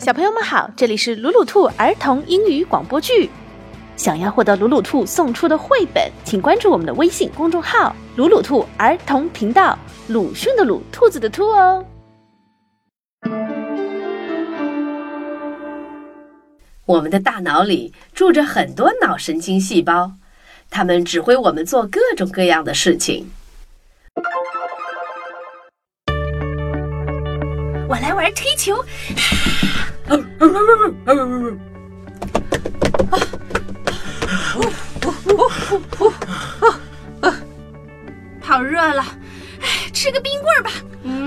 小朋友们好，这里是鲁鲁兔儿童英语广播剧。想要获得鲁鲁兔送出的绘本，请关注我们的微信公众号鲁鲁兔儿童频道，鲁迅的鲁，兔子的兔哦。 我们的大脑里住着很多脑神经细胞，它们指挥我们做各种各样的事情。 我来玩推球。好热了，吃个冰棍吧。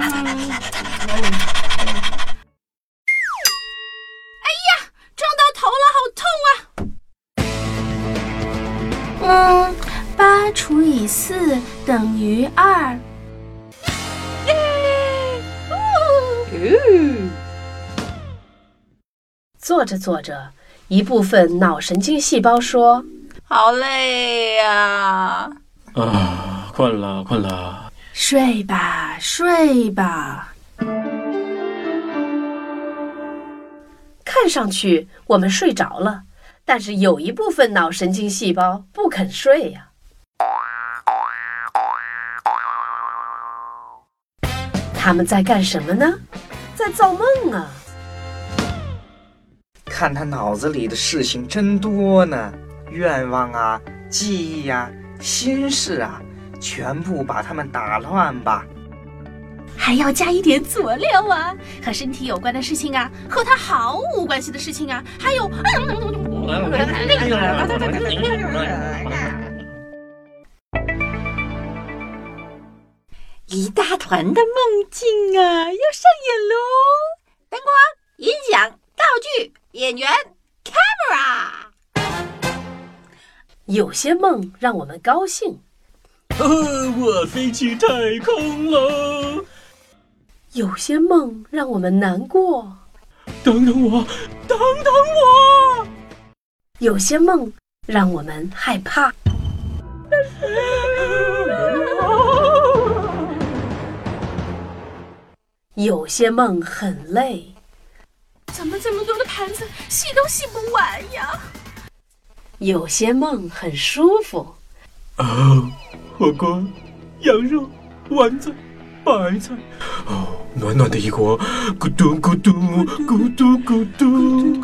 哎呀，撞到头了，好痛啊！8除以4等于2。 做着做着，一部分脑神经细胞说：“ 好累呀！ 困了， 睡吧。” 看上去我们睡着了，但是有一部分脑神经细胞不肯睡呀。他们在干什么呢？在造梦啊！ 看他脑子里的事情真多呢，愿望啊、记忆啊、心事啊，全部把它们打乱吧。 还要加一点佐料啊，和身体有关的事情啊，和他毫无关系的事情啊，还有一大团的梦境啊，要上演喽！灯光、音响、道具、演员 ，camera。 有些梦让我们高兴， 我飞去太空了。 有些梦让我们难过， 等等我。 有些梦让我们害怕。有些梦很累， 怎么这么多的盘子，洗都洗不完呀？ 有些梦很舒服， 火锅、羊肉、丸子、白菜，暖暖的一锅，咕嘟咕嘟，咕嘟咕嘟。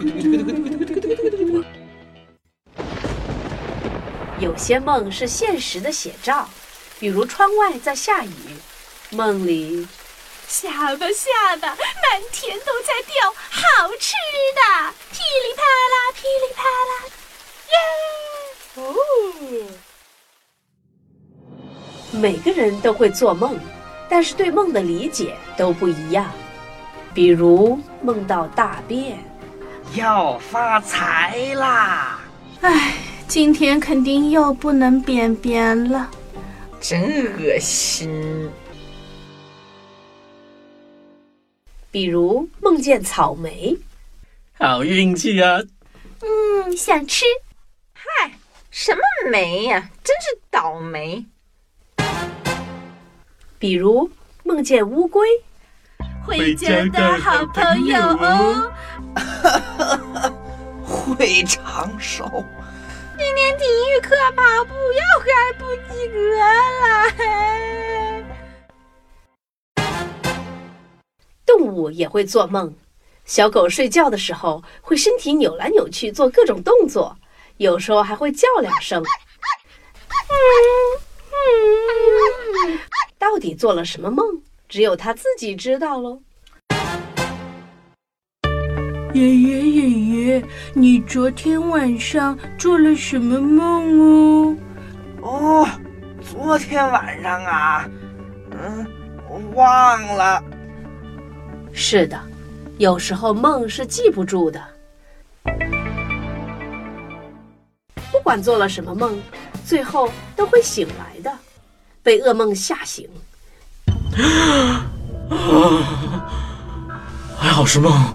有些梦是现实的写照，比如窗外在下雨，梦里下吧，满天都在掉好吃的，噼里啪啦，噼里啪啦，耶！ 每个人都会做梦，但是对梦的理解都不一样。比如梦到大便， 要发财啦！ 今天肯定又不能便便了， 真恶心。 比如梦见草莓， 好运气啊！ 想吃。 嗨，什么霉呀，真是倒霉。 比如梦见乌龟， 回家的好朋友哦。 会长寿。 今天体育课跑步又还不及格了。 动物也会做梦，小狗睡觉的时候会身体扭来扭去做各种动作，有时候还会叫2声。到底做了什么梦，只有它自己知道咯。 爷爷，你昨天晚上做了什么梦哦？ 昨天晚上啊，我忘了。 是的，有时候梦是记不住的。不管做了什么梦，最后都会醒来的，被噩梦吓醒。 还好是梦。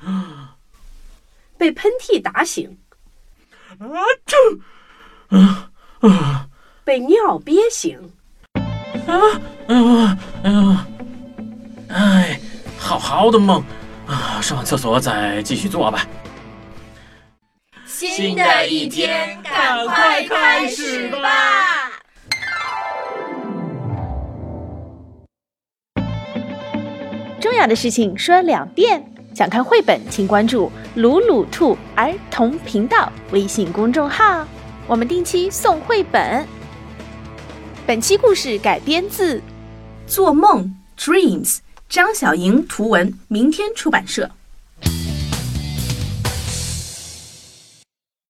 被喷嚏打醒，被尿憋醒， 好好的梦， 上完厕所再继续做吧。 新的一天，赶快开始吧！ 重要的事情说2遍。想看绘本，请关注鲁鲁兔儿童频道微信公众号，我们定期送绘本。本期故事改编自《 做梦》 Dreams， 张小莹图文，明天出版社。